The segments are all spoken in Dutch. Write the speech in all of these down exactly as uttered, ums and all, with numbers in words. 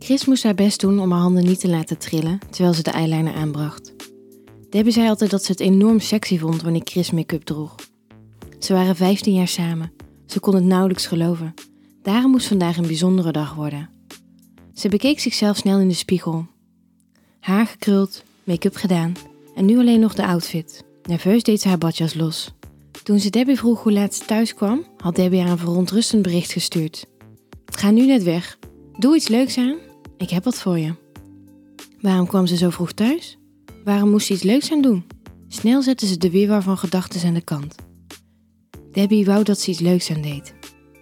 Chris moest haar best doen om haar handen niet te laten trillen terwijl ze de eyeliner aanbracht. Debbie zei altijd dat ze het enorm sexy vond wanneer Chris make-up droeg. Ze waren vijftien jaar samen. Ze kon het nauwelijks geloven. Daarom moest vandaag een bijzondere dag worden. Ze bekeek zichzelf snel in de spiegel. Haar gekruld, make-up gedaan en nu alleen nog de outfit. Nerveus deed ze haar badjas los. Toen ze Debbie vroeg hoe laat ze thuis kwam, had Debbie haar een verontrustend bericht gestuurd. Ga nu net weg. Doe iets leuks aan. Ik heb wat voor je. Waarom kwam ze zo vroeg thuis? Waarom moest ze iets leuks aan doen? Snel zette ze de wirwar van gedachten aan de kant. Debbie wou dat ze iets leuks aan deed.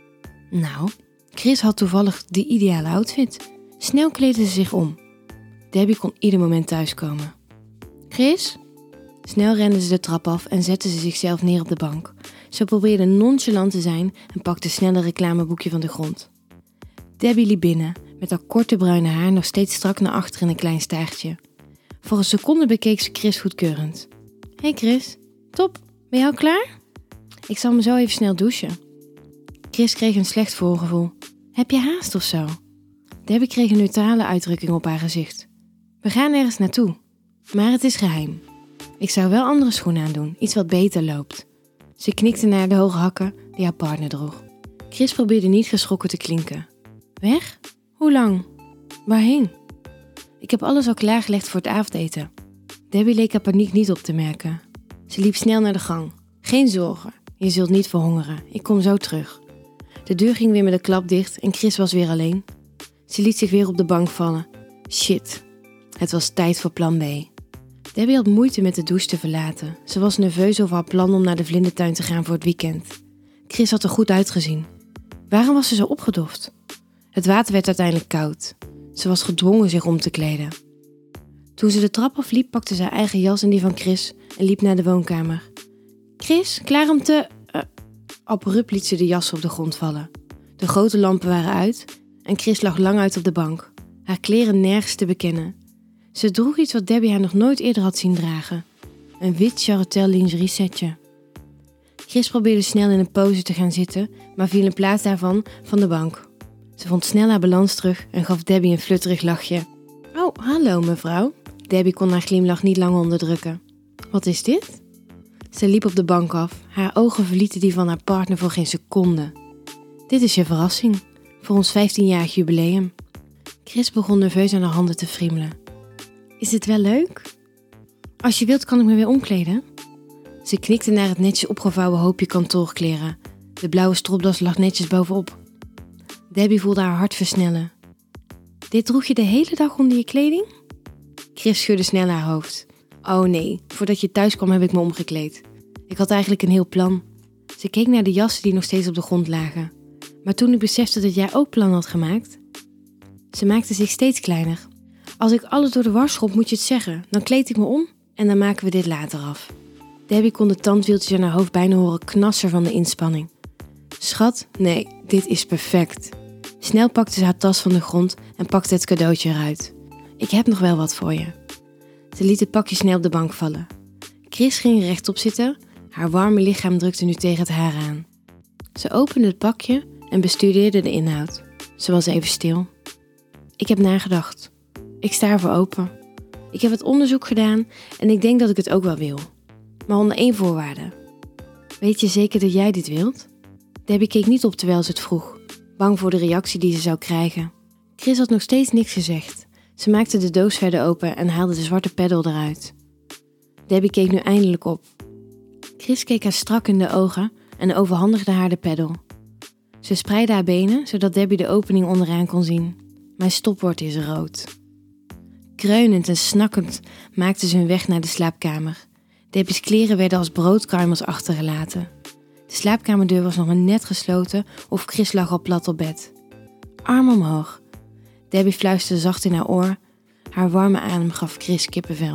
Nou, Chris had toevallig de ideale outfit. Snel kleedde ze zich om. Debbie kon ieder moment thuiskomen. Chris? Snel rende ze de trap af en zette ze zichzelf neer op de bank. Ze probeerde nonchalant te zijn en pakte snel een reclameboekje van de grond. Debbie liep binnen, met haar korte bruine haar nog steeds strak naar achter in een klein staartje. Voor een seconde bekeek ze Chris goedkeurend. Hey Chris, top, ben je al klaar? Ik zal me zo even snel douchen. Chris kreeg een slecht voorgevoel. Heb je haast of zo? Debbie kreeg een neutrale uitdrukking op haar gezicht. We gaan ergens naartoe, maar het is geheim. Ik zou wel andere schoenen aandoen, iets wat beter loopt. Ze knikte naar de hoge hakken die haar partner droeg. Chris probeerde niet geschrokken te klinken. Weg? Hoe lang? Waarheen? Ik heb alles al klaargelegd voor het avondeten. Debbie leek haar paniek niet op te merken. Ze liep snel naar de gang. Geen zorgen, je zult niet verhongeren. Ik kom zo terug. De deur ging weer met een klap dicht en Chris was weer alleen. Ze liet zich weer op de bank vallen. Shit, het was tijd voor plan B. Debbie had moeite met de douche te verlaten. Ze was nerveus over haar plan om naar de vlindertuin te gaan voor het weekend. Chris had er goed uitgezien. Waarom was ze zo opgedoft? Het water werd uiteindelijk koud. Ze was gedwongen zich om te kleden. Toen ze de trap afliep, pakte ze haar eigen jas en die van Chris en liep naar de woonkamer. Chris, klaar om te... Uh, abrupt liet ze de jas op de grond vallen. De grote lampen waren uit en Chris lag lang uit op de bank. Haar kleren nergens te bekennen. Ze droeg iets wat Debbie haar nog nooit eerder had zien dragen. Een wit charretel lingerie setje. Chris probeerde snel in een pose te gaan zitten, maar viel in plaats daarvan van de bank. Ze vond snel haar balans terug en gaf Debbie een flutterig lachje. Oh, hallo mevrouw. Debbie kon haar glimlach niet langer onderdrukken. Wat is dit? Ze liep op de bank af. Haar ogen verlieten die van haar partner voor geen seconde. Dit is je verrassing, voor ons vijftienjarig jubileum. Chris begon nerveus aan haar handen te friemelen. Is het wel leuk? Als je wilt kan ik me weer omkleden. Ze knikte naar het netjes opgevouwen hoopje kantoorkleren. De blauwe stropdas lag netjes bovenop. Debbie voelde haar hart versnellen. Dit droeg je de hele dag onder je kleding? Chris schudde snel haar hoofd. Oh nee, voordat je thuis kwam heb ik me omgekleed. Ik had eigenlijk een heel plan. Ze keek naar de jassen die nog steeds op de grond lagen. Maar toen ik besefte dat jij ook plan had gemaakt... Ze maakte zich steeds kleiner. Als ik alles door de war schop, moet je het zeggen. Dan kleed ik me om en dan maken we dit later af. Debbie kon de tandwieltjes aan haar hoofd bijna horen knassen van de inspanning. Schat, nee, dit is perfect. Snel pakte ze haar tas van de grond en pakte het cadeautje eruit. Ik heb nog wel wat voor je. Ze liet het pakje snel op de bank vallen. Chris ging rechtop zitten. Haar warme lichaam drukte nu tegen het haar aan. Ze opende het pakje en bestudeerde de inhoud. Ze was even stil. Ik heb nagedacht. Ik sta ervoor open. Ik heb het onderzoek gedaan en ik denk dat ik het ook wel wil. Maar onder één voorwaarde. Weet je zeker dat jij dit wilt? Debbie keek niet op terwijl ze het vroeg. Bang voor de reactie die ze zou krijgen. Chris had nog steeds niks gezegd. Ze maakte de doos verder open en haalde de zwarte peddel eruit. Debbie keek nu eindelijk op. Chris keek haar strak in de ogen en overhandigde haar de peddel. Ze spreidde haar benen, zodat Debbie de opening onderaan kon zien. Mijn stopwoord is rood. Kreunend en snakkend maakten ze hun weg naar de slaapkamer. Debbie's kleren werden als broodkruimels achtergelaten. De slaapkamerdeur was nog maar net gesloten of Chris lag al plat op bed. Arm omhoog. Debbie fluisterde zacht in haar oor. Haar warme adem gaf Chris kippenvel.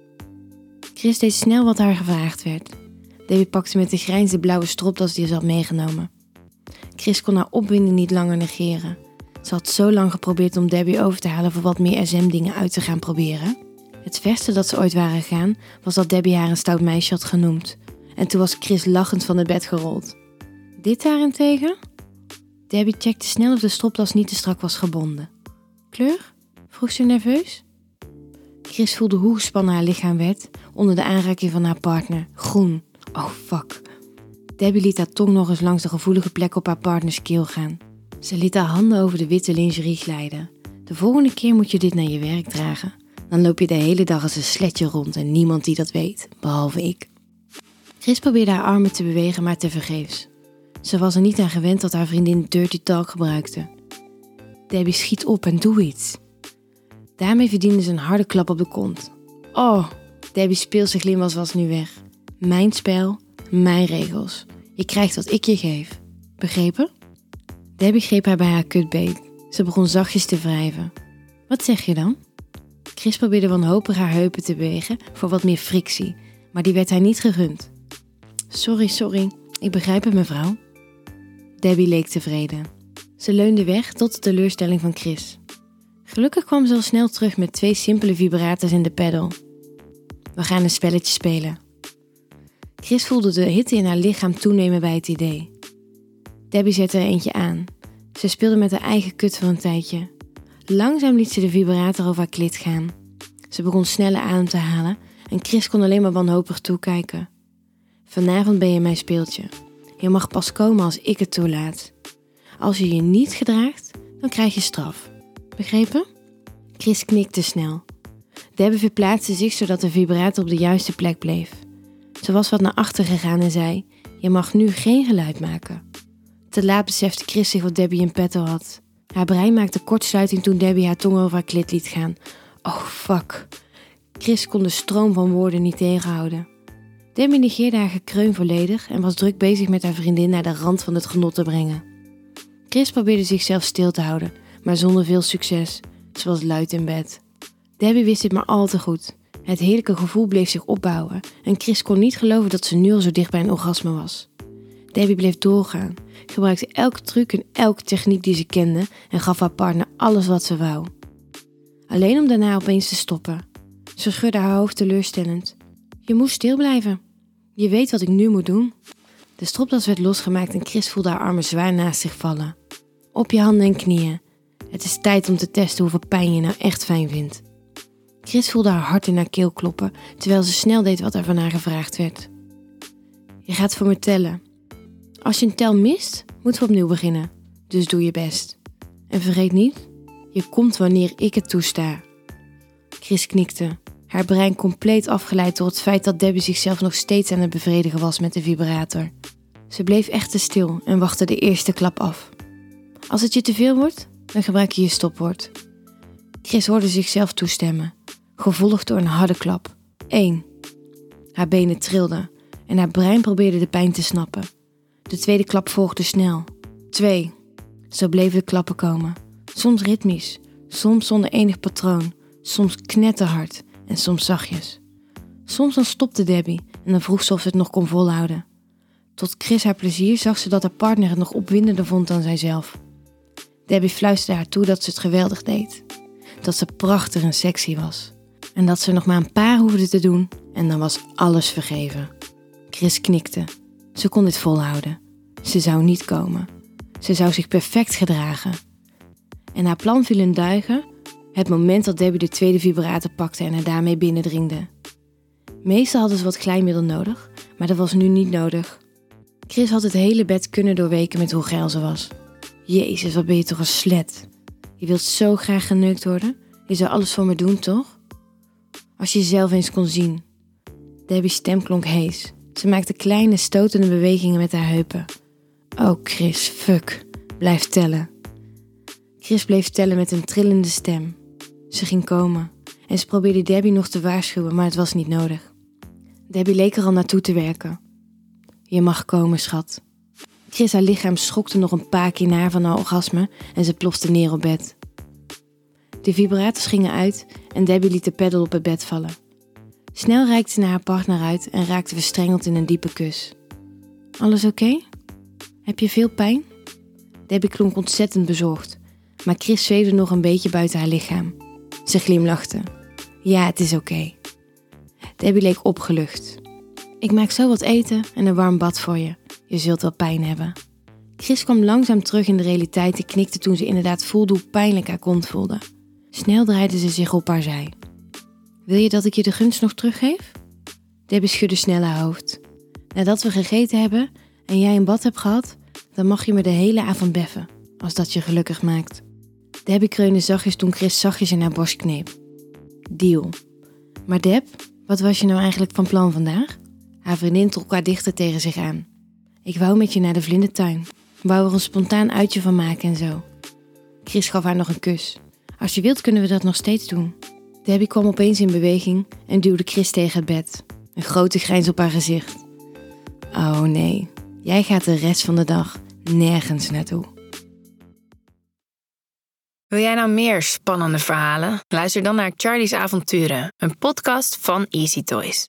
Chris deed snel wat haar gevraagd werd. Debbie pakte met de grijns de blauwe stropdas die ze had meegenomen. Chris kon haar opwinding niet langer negeren. Ze had zo lang geprobeerd om Debbie over te halen voor wat meer S M-dingen uit te gaan proberen. Het verste dat ze ooit waren gegaan was dat Debbie haar een stout meisje had genoemd. En toen was Chris lachend van het bed gerold. Dit daarentegen? Debbie checkte snel of de stropdas niet te strak was gebonden. Kleur? vroeg ze nerveus. Chris voelde hoe gespannen haar lichaam werd onder de aanraking van haar partner. Groen. Oh fuck. Debbie liet haar tong nog eens langs de gevoelige plek op haar partners keel gaan. Ze liet haar handen over de witte lingerie glijden. De volgende keer moet je dit naar je werk dragen. Dan loop je de hele dag als een sletje rond en niemand die dat weet, behalve ik. Chris probeerde haar armen te bewegen, maar tevergeefs. Ze was er niet aan gewend dat haar vriendin dirty talk gebruikte. Debbie, schiet op en doe iets. Daarmee verdiende ze een harde klap op de kont. Oh, Debbie's speelse glimlach was nu weg. Mijn spel, mijn regels. Je krijgt wat ik je geef. Begrepen? Debbie greep haar bij haar kutbeet. Ze begon zachtjes te wrijven. Wat zeg je dan? Chris probeerde wanhopig haar heupen te bewegen voor wat meer frictie, maar die werd hij niet gegund. Sorry, sorry. Ik begrijp het, mevrouw. Debbie leek tevreden. Ze leunde weg tot de teleurstelling van Chris. Gelukkig kwam ze al snel terug met twee simpele vibrators in de peddel. We gaan een spelletje spelen. Chris voelde de hitte in haar lichaam toenemen bij het idee. Debbie zette er eentje aan. Ze speelde met haar eigen kut voor een tijdje. Langzaam liet ze de vibrator over haar klit gaan. Ze begon sneller adem te halen en Chris kon alleen maar wanhopig toekijken. Vanavond ben je mijn speeltje. Je mag pas komen als ik het toelaat. Als je je niet gedraagt, dan krijg je straf. Begrepen? Chris knikte snel. Debbie verplaatste zich zodat de vibrator op de juiste plek bleef. Ze was wat naar achter gegaan en zei: je mag nu geen geluid maken. Te laat besefte Chris zich wat Debbie in petto had. Haar brein maakte kortsluiting toen Debbie haar tong over haar klit liet gaan. Oh fuck. Chris kon de stroom van woorden niet tegenhouden. Debbie negeerde haar gekreun volledig en was druk bezig met haar vriendin naar de rand van het genot te brengen. Chris probeerde zichzelf stil te houden, maar zonder veel succes. Ze was luid in bed. Debbie wist dit maar al te goed. Het heerlijke gevoel bleef zich opbouwen en Chris kon niet geloven dat ze nu al zo dicht bij een orgasme was. Debbie bleef doorgaan, gebruikte elke truc en elke techniek die ze kende en gaf haar partner alles wat ze wou. Alleen om daarna opeens te stoppen. Ze schudde haar hoofd teleurstellend. Je moest stil blijven. Je weet wat ik nu moet doen. De stropdas werd losgemaakt en Chris voelde haar armen zwaar naast zich vallen. Op je handen en knieën. Het is tijd om te testen hoeveel pijn je nou echt fijn vindt. Chris voelde haar hart in haar keel kloppen, terwijl ze snel deed wat er van haar gevraagd werd. Je gaat voor me tellen. Als je een tel mist, moeten we opnieuw beginnen. Dus doe je best. En vergeet niet, je komt wanneer ik het toesta. Chris knikte, haar brein compleet afgeleid door het feit dat Debbie zichzelf nog steeds aan het bevredigen was met de vibrator. Ze bleef echter stil en wachtte de eerste klap af. Als het je te veel wordt, dan gebruik je je stopwoord. Chris hoorde zichzelf toestemmen, gevolgd door een harde klap. Eén. Haar benen trilden en haar brein probeerde de pijn te snappen. De tweede klap volgde snel. Twee. Zo bleven de klappen komen. Soms ritmisch, soms zonder enig patroon, soms knetterhard en soms zachtjes. Soms dan stopte Debbie en dan vroeg ze of ze het nog kon volhouden. Tot Chris haar plezier zag ze dat haar partner het nog opwindender vond dan zijzelf. Debbie fluisterde haar toe dat ze het geweldig deed. Dat ze prachtig en sexy was. En dat ze nog maar een paar hoefde te doen en dan was alles vergeven. Chris knikte. Ze kon dit volhouden. Ze zou niet komen. Ze zou zich perfect gedragen. En haar plan viel in duigen het moment dat Debbie de tweede vibrator pakte en haar daarmee binnendringde. Meestal hadden ze wat glijmiddel nodig, maar dat was nu niet nodig. Chris had het hele bed kunnen doorweken met hoe geil ze was. Jezus, wat ben je toch een slet. Je wilt zo graag geneukt worden? Je zou alles voor me doen, toch? Als je jezelf eens kon zien. Debbie's stem klonk hees. Ze maakte kleine stotende bewegingen met haar heupen. Oh Chris, fuck. Blijf tellen. Chris bleef tellen met een trillende stem. Ze ging komen en ze probeerde Debbie nog te waarschuwen, maar het was niet nodig. Debbie leek er al naartoe te werken. Je mag komen, schat. Chris haar lichaam schokte nog een paar keer naar van haar orgasme en ze plofte neer op bed. De vibrators gingen uit en Debbie liet de peddel op het bed vallen. Snel reikte ze naar haar partner uit en raakte verstrengeld in een diepe kus. Alles oké? Okay? Heb je veel pijn? Debbie klonk ontzettend bezorgd, maar Chris zweefde nog een beetje buiten haar lichaam. Ze glimlachte. Ja, het is oké. Okay. Debbie leek opgelucht. Ik maak zo wat eten en een warm bad voor je. Je zult wel pijn hebben. Chris kwam langzaam terug in de realiteit en knikte toen ze inderdaad voelde hoe pijnlijk haar kont voelde. Snel draaide ze zich op haar zij. Wil je dat ik je de gunst nog teruggeef? Debbie schudde snel haar hoofd. Nadat we gegeten hebben en jij een bad hebt gehad, dan mag je me de hele avond beffen, als dat je gelukkig maakt. Debbie kreunde zachtjes toen Chris zachtjes in haar borst kneep. Deal. Maar Deb, wat was je nou eigenlijk van plan vandaag? Haar vriendin trok haar dichter tegen zich aan. Ik wou met je naar de vlindertuin. Wou er een spontaan uitje van maken en zo. Chris gaf haar nog een kus. Als je wilt kunnen we dat nog steeds doen. Debbie kwam opeens in beweging en duwde Chris tegen het bed. Een grote grijns op haar gezicht. Oh nee, jij gaat de rest van de dag nergens naartoe. Wil jij nou meer spannende verhalen? Luister dan naar Charlie's Avonturen, een podcast van Easy Toys.